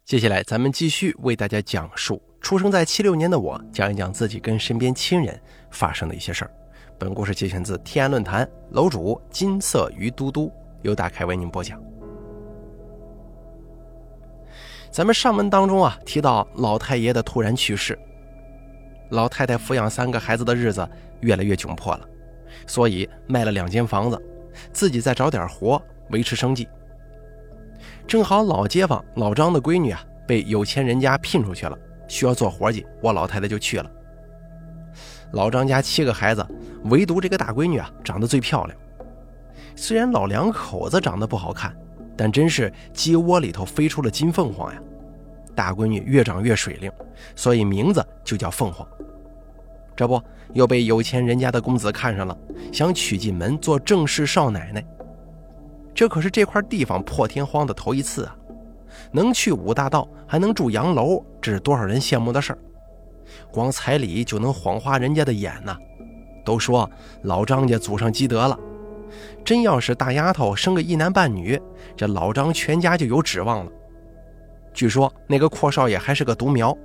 接下来咱们继续为大家讲述出生在76年的我讲一讲自己跟身边亲人发生的一些事儿。本故事节选自天涯论坛，楼主金色鱼嘟嘟，由大凯为您播讲。咱们上文当中提到老太爷的突然去世，老太太抚养3个孩子的日子越来越窘迫了，所以卖了2间房子，自己再找点活维持生计。正好老街坊老张的闺女被有钱人家聘出去了，需要做活计，我老太太就去了。老张家7个孩子，唯独这个大闺女长得最漂亮。虽然老2口子长得不好看，但真是鸡窝里头飞出了金凤凰呀。大闺女越长越水灵，所以名字就叫凤凰。这不又被有钱人家的公子看上了，想娶进门做正式少奶奶。这可是这块地方破天荒的头一次能去5大道，还能住洋楼，这是多少人羡慕的事儿。光彩礼就能晃花人家的眼呢。都说老张家祖上积德了，真要是大丫头生个1男半女，这老张全家就有指望了。据说那个阔少爷还是个独苗。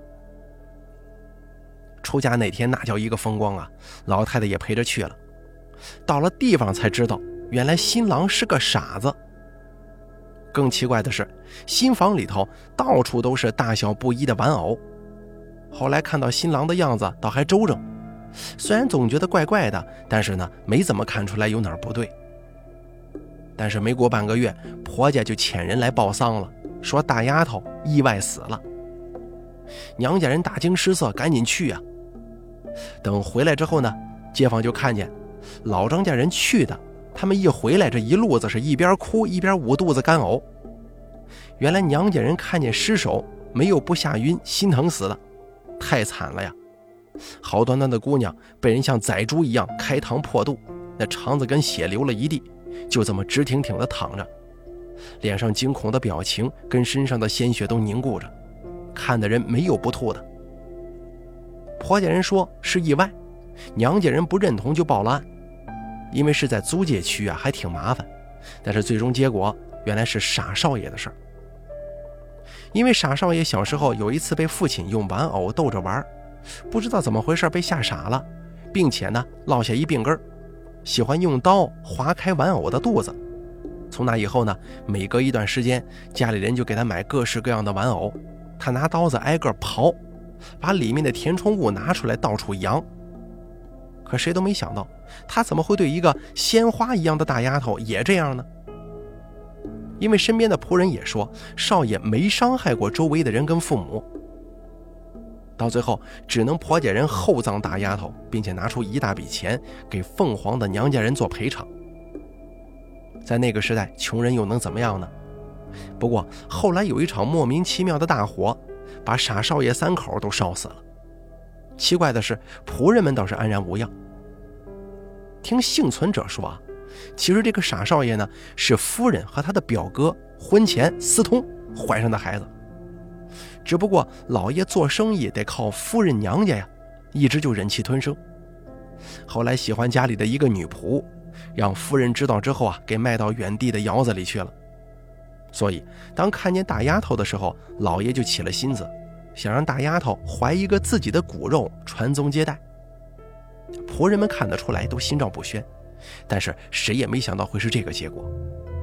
出嫁那天那叫一个风光老太太也陪着去了。到了地方才知道，原来新郎是个傻子。更奇怪的是，新房里头到处都是大小不一的玩偶。后来看到新郎的样子倒还周正，虽然总觉得怪怪的，但是呢没怎么看出来有哪儿不对。但是没过半个月，婆家就遣人来报丧了，说大丫头意外死了。娘家人大惊失色，赶紧去等回来之后呢，街坊就看见老张家人去的，他们一回来，这一路子是一边哭一边捂肚子干呕。原来娘家人看见尸首没有不吓晕心疼死了，太惨了呀。好端端的姑娘被人像宰猪一样开膛破肚，那肠子跟血流了一地，就这么直挺挺的躺着，脸上惊恐的表情跟身上的鲜血都凝固着，看的人没有不吐的。婆家人说是意外，娘家人不认同就报了案。因为是在租界区还挺麻烦，但是最终结果原来是傻少爷的事儿。因为傻少爷小时候有一次被父亲用玩偶逗着玩，不知道怎么回事被吓傻了，并且呢落下一病根，喜欢用刀划开玩偶的肚子。从那以后呢，每隔一段时间家里人就给他买各式各样的玩偶，他拿刀子挨个刨，把里面的填充物拿出来到处扬。可谁都没想到，他怎么会对一个鲜花一样的大丫头也这样呢？因为身边的仆人也说，少爷没伤害过周围的人跟父母。到最后只能婆家人厚葬大丫头，并且拿出一大笔钱给凤凰的娘家人做赔偿。在那个时代，穷人又能怎么样呢？不过后来有一场莫名其妙的大火，把傻少爷3口都烧死了。奇怪的是，仆人们倒是安然无恙。听幸存者说其实这个傻少爷呢，是夫人和他的表哥婚前私通怀上的孩子。只不过老爷做生意得靠夫人娘家一直就忍气吞声。后来喜欢家里的一个女仆，让夫人知道之后给卖到远地的窑子里去了。所以当看见大丫头的时候，老爷就起了心思，想让大丫头怀一个自己的骨肉传宗接代。仆人们看得出来都心照不宣，但是谁也没想到会是这个结果。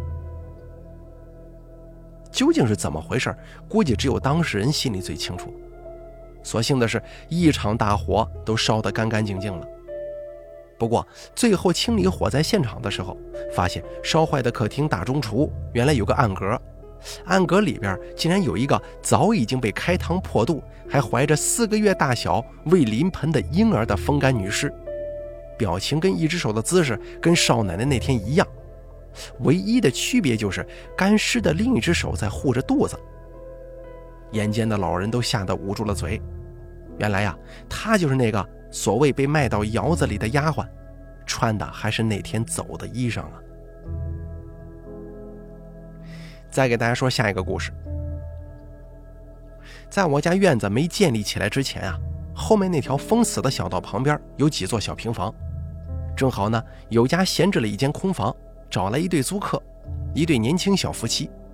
究竟是怎么回事，估计只有当事人心里最清楚。所幸的是，一场大火都烧得干干净净了。不过最后清理火灾现场的时候，发现烧坏的客厅大中厨原来有个暗格，暗格里边竟然有一个早已经被开膛破肚，还怀着4个月大小未临盆的婴儿的风干女尸，表情跟一只手的姿势跟少奶奶那天一样，唯一的区别就是干尸的另一只手在护着肚子。眼尖的老人都吓得捂住了嘴。原来她就是那个所谓被卖到窑子里的丫鬟，穿的还是那天走的衣裳再给大家说下一个故事。在我家院子没建立起来之前后面那条封死的小道旁边有几座小平房，正好呢有家闲置了一间空房，找来一对租客，一对年轻小夫妻，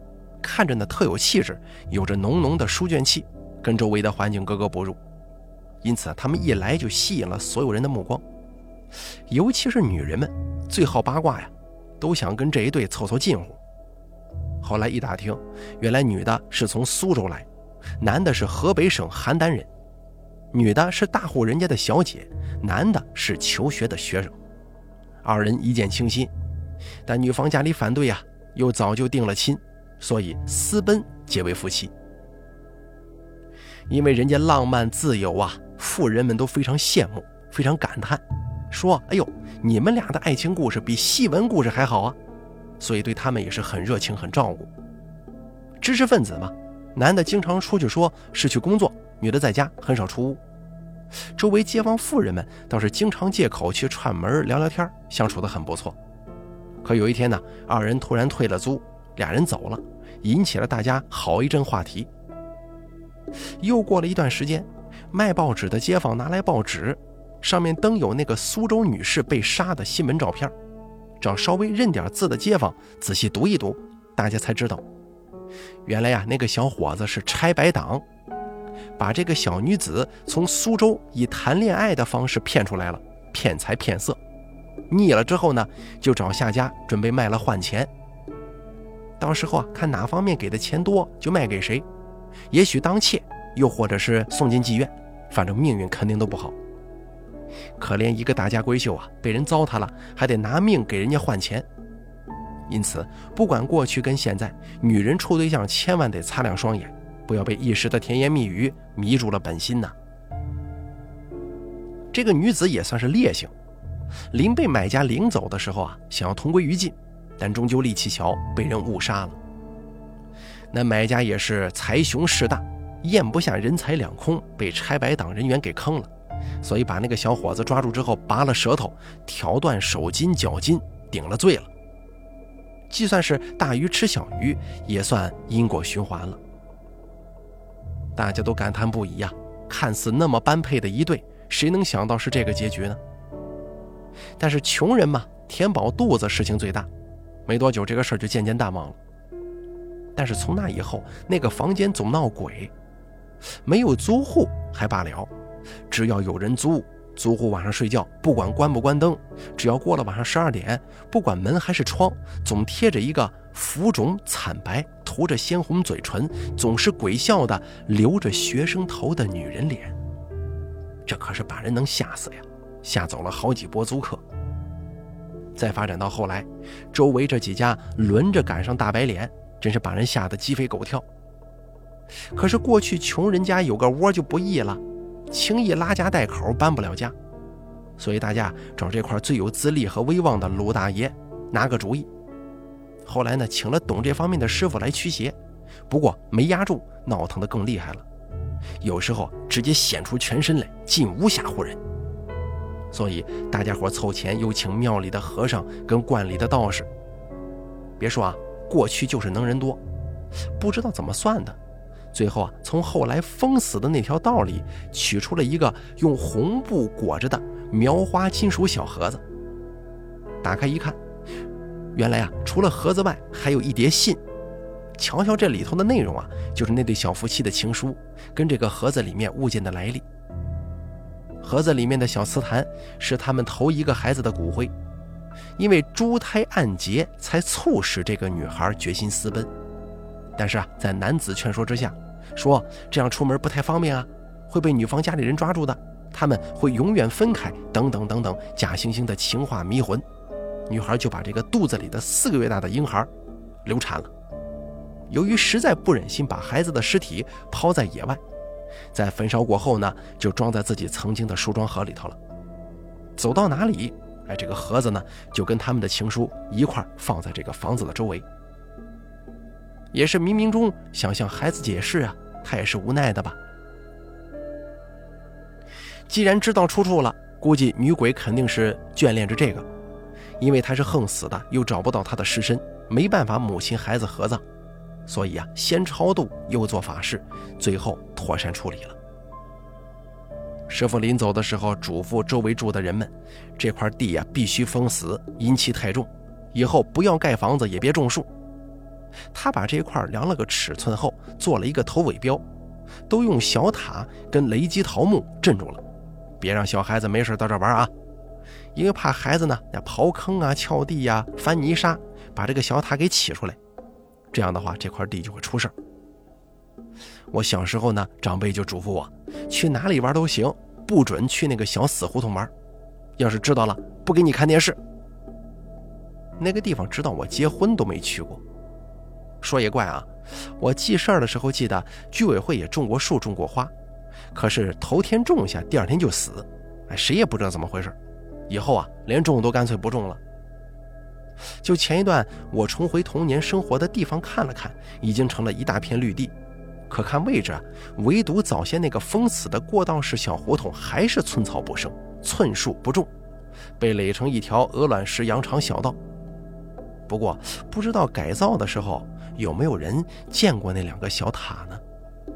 看着呢特有气质，有着浓浓的书卷气，跟周围的环境格格不入，因此他们一来就吸引了所有人的目光，尤其是女人们最好八卦呀，都想跟这一对凑凑近乎。后来一打听，原来女的是从苏州来，男的是河北省邯郸人，女的是大户人家的小姐，男的是求学的学生，二人一见倾心，但女方家里反对啊，又早就定了亲，所以私奔结为夫妻。因为人家浪漫自由啊，富人们都非常羡慕，非常感叹，说哎呦，你们俩的爱情故事比戏文故事还好啊，所以对他们也是很热情很照顾。知识分子嘛，男的经常出去说是去工作，女的在家很少出屋。周围街坊富人们倒是经常借口去串门聊聊天，相处得很不错。可有一天呢，二人突然退了租，俩人走了，引起了大家好一阵话题。又过了一段时间，卖报纸的街坊拿来报纸，上面登有那个苏州女士被杀的新闻照片，找稍微认点字的街坊仔细读一读，大家才知道，原来呀，那个小伙子是拆白党，把这个小女子从苏州以谈恋爱的方式骗出来了，骗财骗色，腻了之后呢，就找下家准备卖了换钱，到时候啊，看哪方面给的钱多就卖给谁，也许当妾，又或者是送进妓院，反正命运肯定都不好。可怜一个大家闺秀啊，被人糟蹋了，还得拿命给人家换钱。因此不管过去跟现在，女人处对象千万得擦亮双眼，不要被一时的甜言蜜语迷住了本心呐。这个女子也算是烈性，临被买家领走的时候啊，想要同归于尽，但终究力气小，被人误杀了。那买家也是财雄势大，咽不下人财两空，被拆白党人员给坑了，所以把那个小伙子抓住之后，拔了舌头，挑断手筋脚筋，顶了罪了。既算是大鱼吃小鱼，也算因果循环了。大家都感叹不已呀，看似那么般配的一对，谁能想到是这个结局呢？但是穷人嘛，填饱肚子事情最大，没多久这个事儿就渐渐淡忘了。但是从那以后，那个房间总闹鬼，没有租户还罢了，只要有人租，租户晚上睡觉不管关不关灯，只要过了晚上12点，不管门还是窗，总贴着一个浮肿惨白，涂着鲜红嘴唇，总是鬼笑的留着学生头的女人脸。这可是把人能吓死呀，吓走了好几波租客。再发展到后来，周围这几家轮着赶上大白脸，真是把人吓得鸡飞狗跳。可是过去穷人家有个窝就不易了，轻易拉家带口搬不了家，所以大家找这块最有资历和威望的鲁大爷拿个主意。后来呢，请了懂这方面的师傅来驱邪，不过没压住，闹腾得更厉害了，有时候直接显出全身来，近无吓唬人。所以大家伙凑钱又请庙里的和尚跟观里的道士。别说啊，过去就是能人多，不知道怎么算的，最后啊，从后来封死的那条道里取出了一个用红布裹着的描花金属小盒子。打开一看，原来啊，除了盒子外还有一叠信，瞧瞧这里头的内容啊，就是那对小夫妻的情书跟这个盒子里面物件的来历。盒子里面的小瓷坛是他们头一个孩子的骨灰，因为珠胎暗结才促使这个女孩决心私奔。但是啊，在男子劝说之下，说这样出门不太方便啊，会被女方家里人抓住的，他们会永远分开，等等等等，假惺惺的情话迷魂。女孩就把这个肚子里的4个月大的婴孩流产了。由于实在不忍心把孩子的尸体抛在野外，在焚烧过后呢，就装在自己曾经的梳妆盒里头了。走到哪里，这个盒子呢，就跟他们的情书一块放在这个房子的周围。也是冥冥中想向孩子解释啊，他也是无奈的吧。既然知道出处了，估计女鬼肯定是眷恋着这个，因为她是横死的，又找不到她的尸身，没办法母亲孩子合葬，所以啊，先超度又做法事，最后妥善处理了。师傅临走的时候嘱咐周围住的人们，这块地啊必须封死，阴气太重，以后不要盖房子，也别种树。 他把这一块量了个尺寸后，做了一个头尾标，都用小塔跟雷击桃木镇住了，别让小孩子没事到这玩啊。因为怕孩子呢刨坑啊、撬地啊、翻泥沙，把这个小塔给起出来，这样的话这块地就会出事。我小时候呢，长辈就嘱咐我，去哪里玩都行，不准去那个小死胡同玩，要是知道了，不给你看电视。那个地方直到我结婚都没去过。说也怪啊，我记事儿的时候记得居委会也种过树种过花，可是头天种下，第二天就死，谁也不知道怎么回事。以后啊，连种都干脆不种了。就前一段我重回童年生活的地方看了看，已经成了一大片绿地，可看位置啊，唯独早先那个封死的过道式小胡同还是寸草不生，寸树不种，被垒成一条鹅卵石羊肠小道。不过不知道改造的时候有没有人见过那两个小塔呢？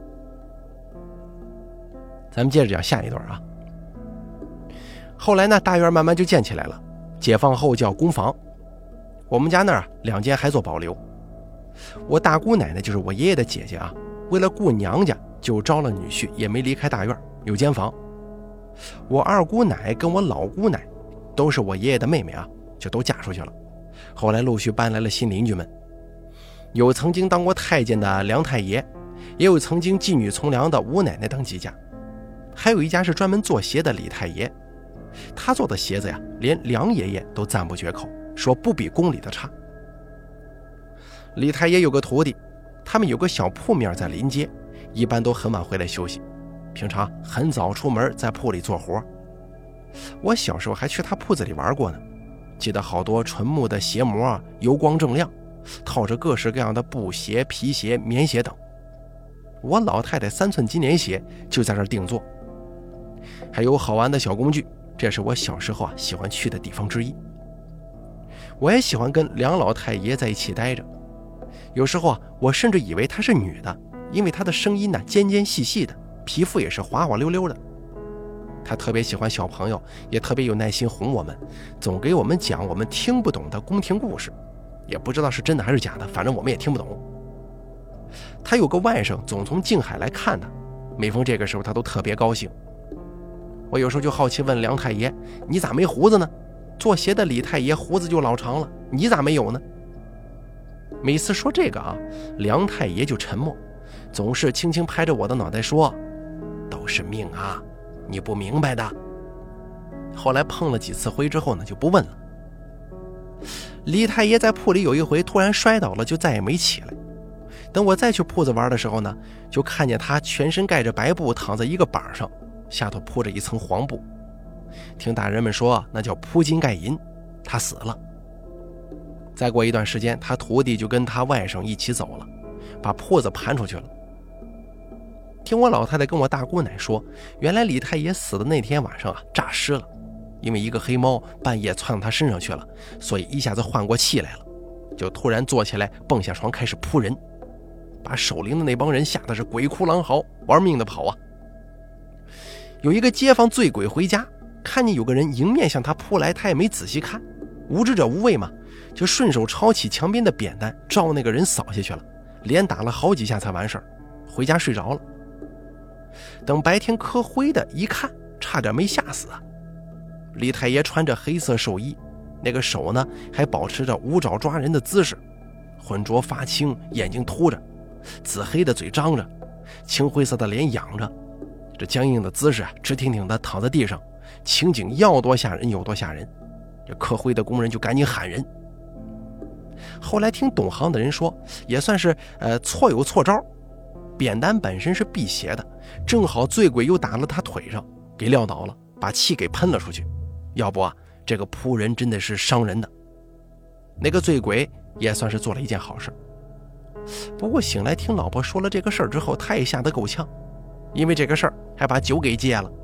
咱们接着讲下一段啊。后来呢，大院慢慢就建起来了，解放后叫公房。我们家那儿2间还做保留。我大姑奶奶就是我爷爷的姐姐啊，为了顾娘家就招了女婿，也没离开大院，有间房。我二姑奶跟我老姑奶都是我爷爷的妹妹啊，就都嫁出去了。后来陆续搬来了新邻居们，有曾经当过太监的梁太爷，也有曾经妓女从良的吴奶奶等几家，还有一家是专门做鞋的李太爷，他做的鞋子呀，连梁爷爷都赞不绝口，说不比宫里的差。李太爷有个徒弟，他们有个小铺面在临街，一般都很晚回来休息，平常很早出门在铺里做活。我小时候还去他铺子里玩过呢，记得好多纯木的鞋模啊，油光锃亮，套着各式各样的布鞋、皮鞋、棉鞋等。我老太太3寸金莲鞋就在这儿定做，还有好玩的小工具，这是我小时候啊喜欢去的地方之一。我也喜欢跟梁老太爷在一起待着，有时候啊，我甚至以为她是女的，因为她的声音呢尖尖细细的，皮肤也是滑滑溜溜的。她特别喜欢小朋友，也特别有耐心哄我们，总给我们讲我们听不懂的宫廷故事，也不知道是真的还是假的，反正我们也听不懂。她有个外甥总从静海来看她，每逢这个时候她都特别高兴。我有时候就好奇问梁太爷，你咋没胡子呢？做鞋的李太爷胡子就老长了，你咋没有呢？每次说这个啊，梁太爷就沉默，总是轻轻拍着我的脑袋说，都是命啊，你不明白的。后来碰了几次灰之后呢，就不问了。李太爷在铺里有一回突然摔倒了，就再也没起来。等我再去铺子玩的时候呢，就看见他全身盖着白布，躺在一个板上，下头铺着一层黄布。听大人们说，那叫铺金盖银，他死了。再过一段时间，他徒弟就跟他外甥一起走了，把铺子盘出去了。听我老太太跟我大姑奶说，原来李太爷死的那天晚上啊，诈尸了，因为一个黑猫半夜窜到他身上去了，所以一下子换过气来了，就突然坐起来蹦下床开始扑人，把守灵的那帮人吓得是鬼哭狼嚎，玩命的跑啊。有一个街坊醉鬼回家，看见有个人迎面向他扑来，他也没仔细看，无知者无畏嘛，就顺手抄起墙边的扁担照那个人扫下去了，连打了好几下才完事儿，回家睡着了。等白天磕灰的一看，差点没吓死啊。李太爷穿着黑色寿衣，那个手呢还保持着五爪抓人的姿势，浑浊发青，眼睛凸着，紫黑的嘴张着，青灰色的脸仰着，这僵硬的姿势啊，直挺挺的躺在地上，情景要多吓人有多吓人。这刻灰的工人就赶紧喊人。后来听懂行的人说，也算是错有错招，扁担本身是辟邪的，正好醉鬼又打了他腿上，给撂倒了，把气给喷了出去。要不啊，这个扑人真的是伤人的。那个醉鬼也算是做了一件好事。不过醒来听老婆说了这个事儿之后，他也吓得够呛，因为这个事儿还把酒给戒了。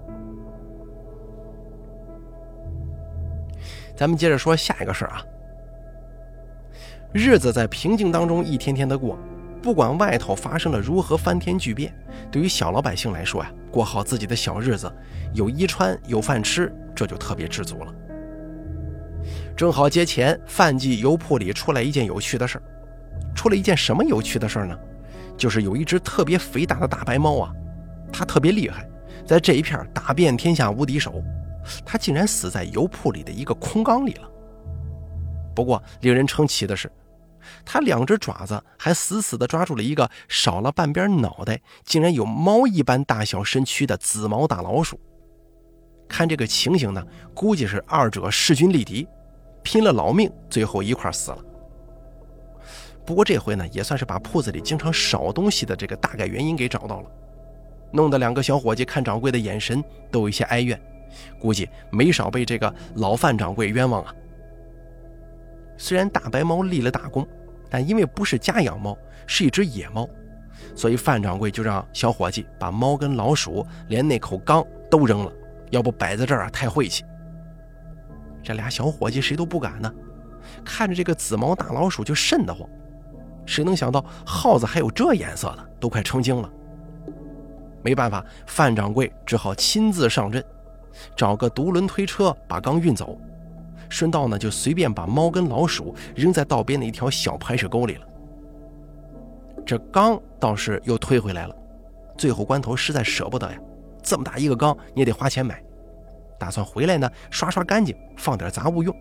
咱们接着说下一个事儿啊。日子在平静当中一天天的过，不管外头发生了如何翻天巨变，对于小老百姓来说呀，过好自己的小日子，有衣穿有饭吃，这就特别知足了。正好节前饭季油铺里出来一件有趣的事儿， 出了一件什么有趣的事呢？就是有一只特别肥大的大白猫啊，它特别厉害，在这一片打遍天下无敌手，它竟然死在油铺里的一个空缸里了。不过令人称奇的是，它两只爪子还死死地抓住了一个少了半边脑袋，竟然有猫一般大小身躯的紫毛大老鼠。看这个情形呢，估计是二者势均力敌，拼了老命，最后一块死了。不过这回呢，也算是把铺子里经常少东西的这个大概原因给找到了，弄得两个小伙计看掌柜的眼神都有一些哀怨，估计没少被这个老范掌柜冤枉啊。虽然大白猫立了大功，但因为不是家养猫，是一只野猫，所以范掌柜就让小伙计把猫跟老鼠连那口缸都扔了，要不摆在这儿太晦气。这俩小伙计谁都不敢呢，看着这个紫毛大老鼠就瘆得慌。谁能想到耗子还有这颜色的，都快成精了。没办法，范掌柜只好亲自上阵，找个独轮推车把缸运走，顺道呢就随便把猫跟老鼠扔在道边的一条小排水沟里了。这缸倒是又推回来了，最后关头实在舍不得呀，这么大一个缸你也得花钱买，打算回来呢刷刷干净，放点杂物用。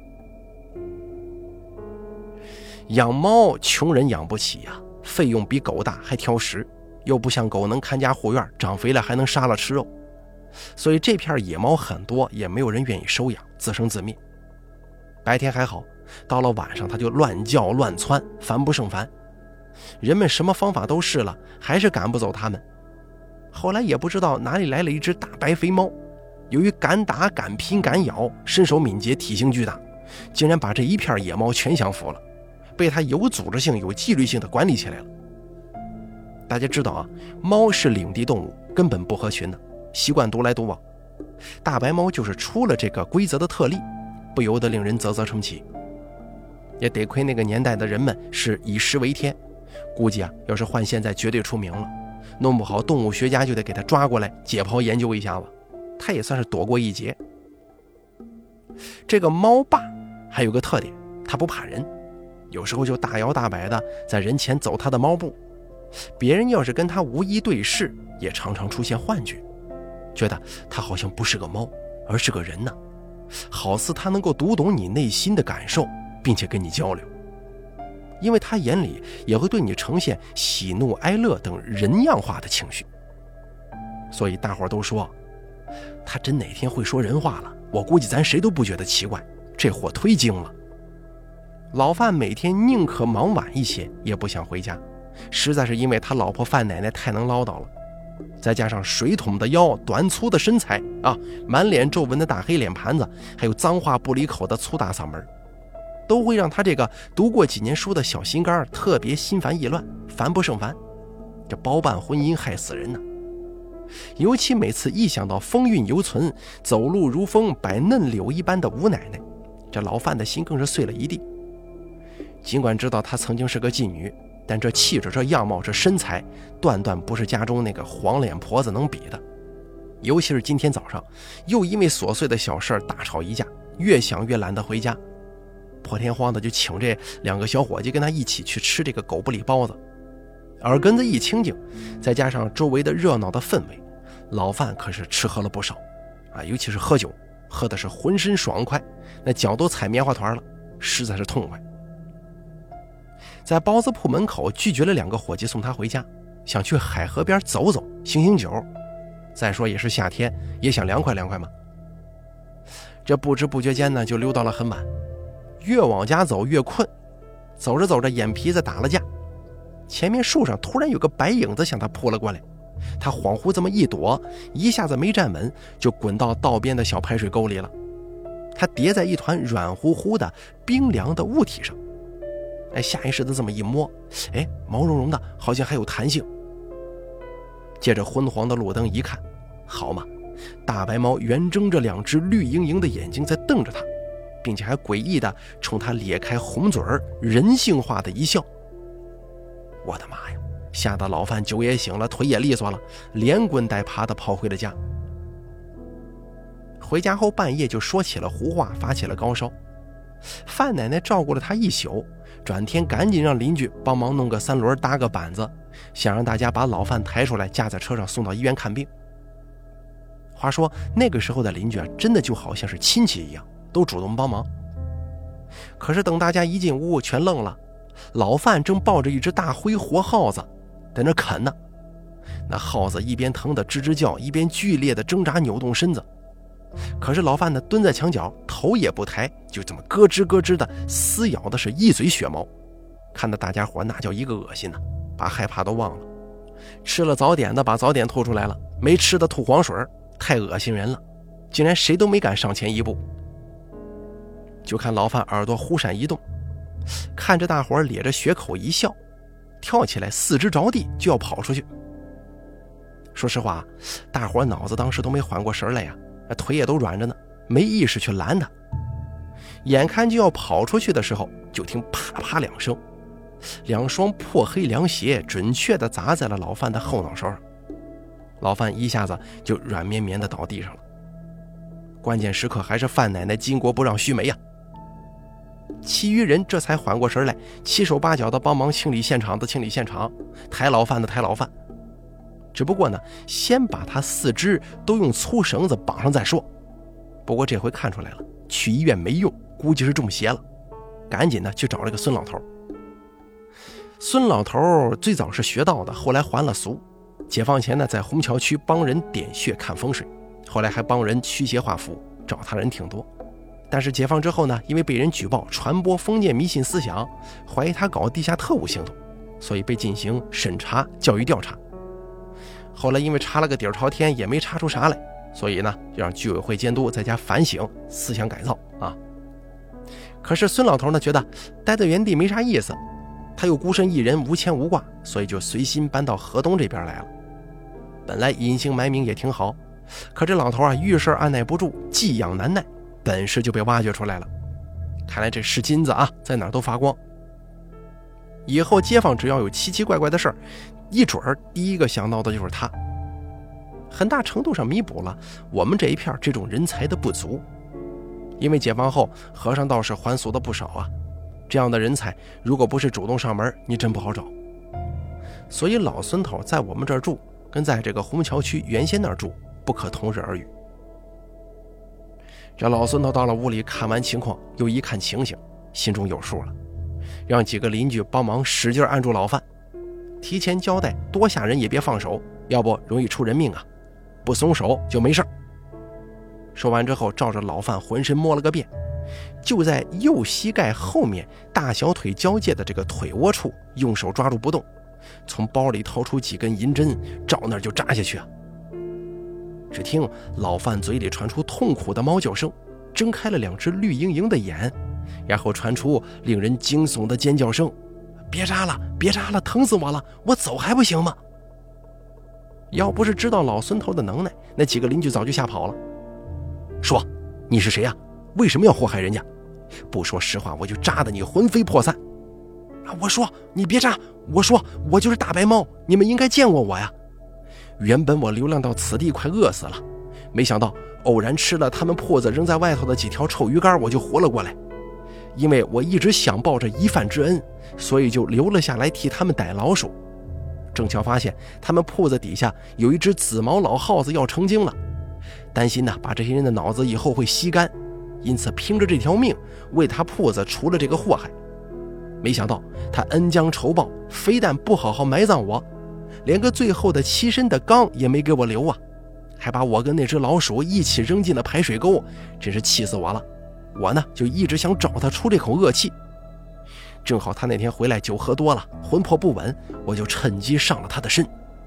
养猫穷人养不起呀，费用比狗大，还挑食，又不像狗能看家护院，长肥了还能杀了吃肉，所以这片野猫很多，也没有人愿意收养，自生自灭。白天还好，到了晚上它就乱叫乱窜，烦不胜烦。人们什么方法都试了，还是赶不走它们。后来也不知道哪里来了一只大白肥猫，由于敢打敢拼敢咬，身手敏捷，体型巨大，竟然把这一片野猫全降服了，被他有组织性有纪律性的管理起来了。大家知道啊，猫是领地动物，根本不合群的，习惯独来独往。大白猫就是出了这个规则的特例，不由得令人啧啧称奇。也得亏那个年代的人们是以食为天，估计啊，要是换现在绝对出名了，弄不好动物学家就得给他抓过来解剖研究一下子，他也算是躲过一劫。这个猫爸还有个特点，他不怕人，有时候就大摇大摆的在人前走他的猫步，别人要是跟他无意对视，也常常出现幻觉，觉得他好像不是个猫，而是个人呢，好似他能够读懂你内心的感受，并且跟你交流，因为他眼里也会对你呈现喜怒哀乐等人样化的情绪。所以大伙都说，他真哪天会说人话了，我估计咱谁都不觉得奇怪，这货忒精了。老范每天宁可忙晚一些，也不想回家，实在是因为他老婆范奶奶太能唠叨了，再加上水桶的腰，短粗的身材啊，满脸皱纹的大黑脸盘子，还有脏话不离口的粗大嗓门，都会让他这个读过几年书的小心肝特别心烦意乱，烦不胜烦。这包办婚姻害死人呢。尤其每次一想到风韵犹存，走路如风，摆嫩柳一般的吴奶奶，这老范的心更是碎了一地。尽管知道她曾经是个妓女，但这气质、这样貌、这身材，断断不是家中那个黄脸婆子能比的。尤其是今天早上，又因为琐碎的小事大吵一架，越想越懒得回家，破天荒的就请这两个小伙计跟他一起去吃这个狗不理包子。耳根子一清净，再加上周围的热闹的氛围，老范可是吃喝了不少啊，尤其是喝酒，喝的是浑身爽快，那脚都踩棉花团了，实在是痛快。在包子铺门口拒绝了两个伙计送他回家，想去海河边走走醒醒酒，再说也是夏天，也想凉快凉快嘛。这不知不觉间呢，就溜到了很晚，越往家走越困，走着走着眼皮子打了架，前面树上突然有个白影子向他扑了过来，他恍惚这么一躲，一下子没站稳，就滚到道边的小排水沟里了。他跌在一团软乎乎的冰凉的物体上，下意识的这么一摸，毛茸茸的，好像还有弹性。借着昏黄的路灯一看，好嘛，大白猫圆睁着两只绿莹莹的眼睛在瞪着他，并且还诡异的冲他咧开红嘴儿，人性化的一笑。我的妈呀，吓得老范酒也醒了，腿也利索了，连滚带爬的跑回了家。回家后半夜就说起了胡话，发起了高烧。 范奶奶照顾了他一宿，转天赶紧让邻居帮忙弄个3轮搭个板子，想让大家把老范抬出来架在车上送到医院看病。话说那个时候的邻居真的就好像是亲戚一样，都主动帮忙。可是等大家一进屋全愣了，老范正抱着一只大灰活耗子在那啃呢。那耗子一边疼得吱吱叫，一边剧烈的挣扎扭动身子。可是老范呢蹲在墙角，头也不抬，就这么咯吱咯吱的撕咬的是一嘴血毛，看得大家伙那叫一个恶心呢，把害怕都忘了。吃了早点的把早点吐出来了，没吃的吐黄水，太恶心人了，竟然谁都没敢上前一步。就看老范耳朵忽闪一动，看着大伙咧着血口一笑，跳起来四肢着地就要跑出去。说实话，大伙脑子当时都没缓过神来呀，腿也都软着呢，没意识去拦他。眼看就要跑出去的时候，就听啪啪2声，2双破黑凉鞋准确地砸在了老范的后脑勺上，老范一下子就软绵绵地倒地上了。关键时刻还是范奶奶巾帼不让须眉呀。其余人这才缓过神来，七手八脚的帮忙清理现场的清理现场，抬老范的抬老范。只不过呢，先把他4肢都用粗绳子绑上再说。不过这回看出来了，去医院没用，估计是中邪了，赶紧呢去找了个孙老头。孙老头最早是学道的，后来还了俗，解放前呢在虹桥区帮人点穴看风水，后来还帮人驱邪画符，找他人挺多。但是解放之后呢，因为被人举报传播封建迷信思想，怀疑他搞地下特务行动，所以被进行审查教育调查。后来因为查了个底儿朝天也没查出啥来，所以呢就让居委会监督在家反省思想改造啊。可是孙老头呢觉得待在原地没啥意思，他又孤身一人无牵无挂，所以就随心搬到河东这边来了。本来隐姓埋名也挺好，可这老头遇事按耐不住，技痒难耐，本事就被挖掘出来了。看来这是金子啊，在哪儿都发光。以后街坊只要有奇奇怪怪的事儿，一准儿第一个想到的就是他，很大程度上弥补了我们这一片这种人才的不足。因为解放后和尚道士还俗的不少啊，这样的人才如果不是主动上门，你真不好找。所以老孙头在我们这儿住，跟在这个虹桥区原先那儿住不可同日而语。这老孙头到了屋里，看完情况又一看情形，心中有数了，让几个邻居帮忙使劲按住老范，提前交代多下人也别放手，要不容易出人命啊，不松手就没事。说完之后，照着老范浑身摸了个遍，就在右膝盖后面大小腿交界的这个腿窝处用手抓住不动，从包里掏出几根银针，照那儿就扎下去啊。只听老范嘴里传出痛苦的猫叫声，睁开了2只绿莹莹的眼，然后传出令人惊悚的尖叫声：别扎了，别扎了，疼死我了，我走还不行吗？要不是知道老孙头的能耐，那几个邻居早就吓跑了。说你是谁呀？为什么要祸害人家？不说实话我就扎得你魂飞魄散。我说你别扎，我说我就是大白猫，你们应该见过我呀。原本我流浪到此地快饿死了，没想到偶然吃了他们铺子扔在外头的几条臭鱼干，我就活了过来。因为我一直想报着一饭之恩，所以就留了下来替他们逮老鼠。正巧发现他们铺子底下有一只紫毛老耗子要成精了，担心把这些人的脑子以后会吸干，因此拼着这条命为他铺子除了这个祸害。没想到他恩将仇报，非但不好好埋葬我，连个最后的栖身的缸也没给我留啊，还把我跟那只老鼠一起扔进了排水沟，真是气死我了。我呢就一直想找他出这口恶气，正好他那天回来酒喝多了，魂魄不稳，我就趁机上了他的身。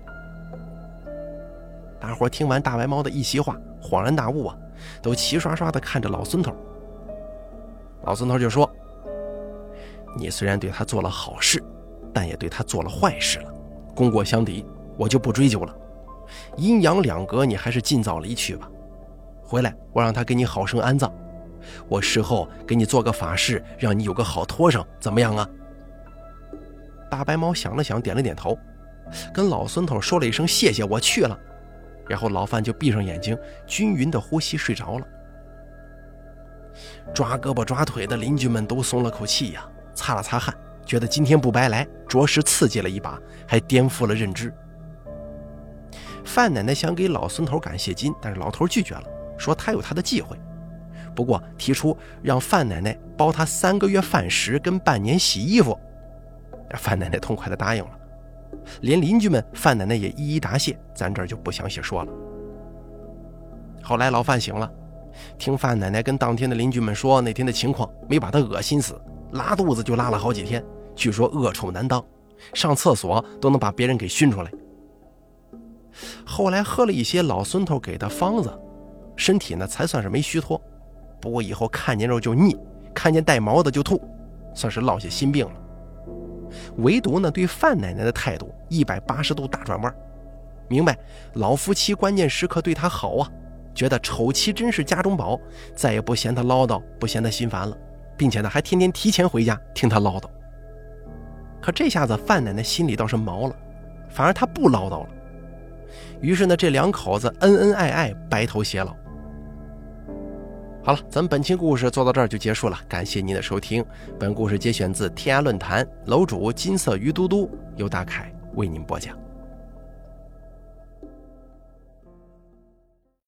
大伙听完大白猫的一席话，恍然大悟啊，都齐刷刷地看着老孙头。老孙头就说：你虽然对他做了好事，但也对他做了坏事了，功过相抵，我就不追究了。阴阳两隔，你还是尽早离去吧。回来我让他给你好生安葬，我事后给你做个法事，让你有个好托生，怎么样啊？大白猫想了想，点了点头，跟老孙头说了一声谢谢，我去了。然后老范就闭上眼睛，均匀的呼吸睡着了。 抓胳膊抓腿的邻居们都松了口气呀，擦了擦汗，觉得今天不白来，着实刺激了一把，还颠覆了认知。范奶奶想给老孙头感谢金，但是老头拒绝了，说他有他的忌讳，不过提出让范奶奶包他3个月饭食跟半年洗衣服。范奶奶痛快地答应了，连邻居们范奶奶也一一答谢，咱这儿就不详细说了。后来老范醒了，听范奶奶跟当天的邻居们说那天的情况，没把他恶心死，拉肚子就拉了好几天，据说恶臭难当，上厕所都能把别人给熏出来。后来喝了一些老孙头给的方子，身体呢才算是没虚脱，不过以后看见肉就腻，看见带毛的就吐，算是落下心病了。唯独呢对范奶奶的态度180度大转弯，明白老夫妻关键时刻对她好啊，觉得丑妻真是家中宝，再也不嫌她唠叨，不嫌她心烦了，并且呢还天天提前回家听她唠叨。可这下子范奶奶心里倒是毛了，反而她不唠叨了。于是呢这两口子恩恩爱爱，白头偕老。好了，咱们本期故事做到这儿就结束了，感谢您的收听。本故事节选自天涯论坛，楼主金色鱼嘟嘟，由大凯为您播讲。